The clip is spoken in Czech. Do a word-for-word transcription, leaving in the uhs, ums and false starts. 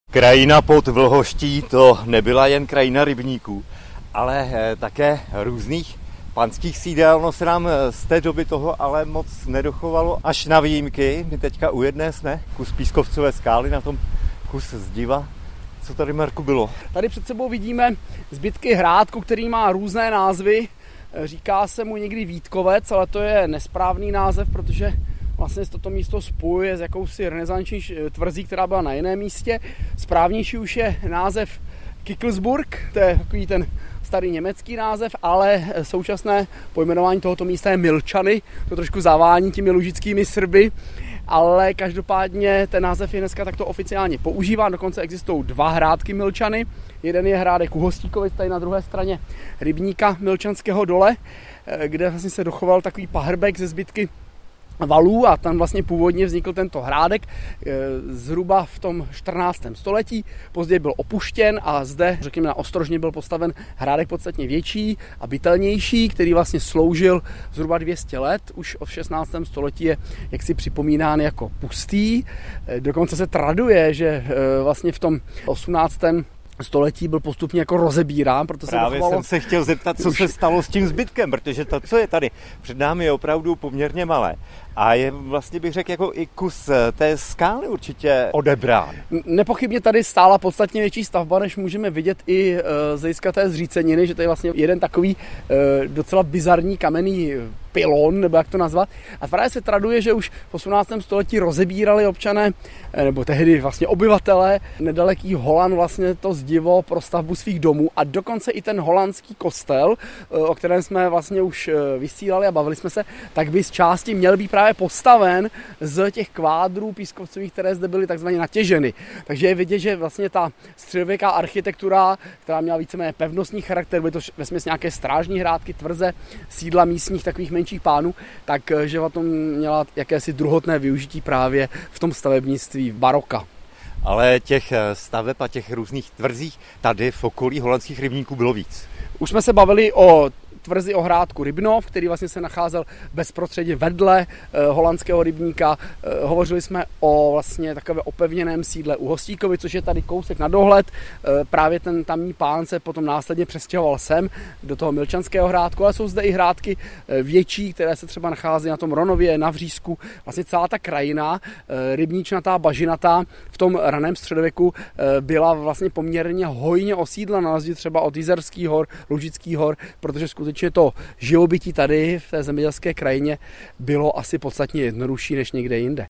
Krajina pod Vlhoští to nebyla jen krajina rybníků, ale také různých panských sídel. No se nám z té doby toho ale moc nedochovalo, až na výjimky. My teďka u jedné jsme, kus pískovcové skály, na tom kus zdiva. Co tady, Marku, bylo? Tady před sebou vidíme zbytky hrádku, který má různé názvy. Říká se mu někdy Vítkovec, ale to je nesprávný název, protože vlastně toto místo spojuje s jakousi renesanční tvrzí, která byla na jiném místě. Správnější už je název Kickelsburg, to je takový ten starý německý název, ale současné pojmenování tohoto místa je Milčany, to trošku zavání těmi lužickými Srby, ale každopádně ten název je dneska takto oficiálně používán, dokonce existují dva hrádky Milčany, jeden je hrádek u Hostíkovic, tady na druhé straně rybníka Milčanského dole, kde vlastně se dochoval takový pahrbek ze zbytky valů a tam vlastně původně vznikl tento hrádek zhruba v tom čtrnáctém století. Později byl opuštěn a zde, řekněme, na Ostrožně byl postaven hrádek podstatně větší a bytelnější, který vlastně sloužil zhruba dvě stě let. Už v šestnáctém století je jaksi připomínán jako pustý. Dokonce se traduje, že vlastně v tom osmnáctém století byl postupně jako rozebírán, proto se Právě dochovalo... jsem se chtěl zeptat, co se stalo s tím zbytkem, protože to, co je tady před námi, je opravdu poměrně malé. A je vlastně, bych řekl, jako i kus té skály určitě odebrán. Nepochybně tady stála podstatně větší stavba, než můžeme vidět i z hlediska té zříceniny, že to je vlastně jeden takový docela bizarní kamenný pilon, nebo jak to nazvat. A právě se traduje, že už v osmnáctém století rozebírali občané, nebo tehdy vlastně obyvatelé nedaleký Holan vlastně to zdivo pro stavbu svých domů a dokonce i ten holandský kostel, o kterém jsme vlastně už vysílali a bavili jsme se, tak by z části měl být právě postaven z těch kvádrů pískovcových, které zde byly takzvaně natěženy. Takže je vidět, že vlastně ta středověká architektura, která měla víceméně pevnostní charakter, byly to vesměs nějaké strážní hrádky, tvrze, sídla místních takových menších pánů, takže o tom měla jakési druhotné využití právě v tom stavebnictví baroka. Ale těch staveb a těch různých tvrzích tady v okolí holandských rybníků bylo víc. Už jsme se bavili o tvrzi o hrádku Rybnov, který vlastně se nacházel bezprostředně vedle eh, holandského rybníka. Eh, hovořili jsme o vlastně takové opevněném sídle u Hostíkovi, což je tady kousek na dohled. Eh, právě ten tamní pán se potom následně přestěhoval sem do toho Milčanského hrádku, ale jsou zde i hrádky eh, větší, které se třeba nachází na tom Ronově, na Vřísku. Vlastně celá ta krajina, eh, rybníčnatá, bažinatá, v tom raném středověku eh, byla vlastně poměrně hojně osídlena, na rozdíl třeba od Jizerských hor, Lužických hor, protože skutečně to živobytí tady v té zemědělské krajině bylo asi podstatně jednodušší než někde jinde.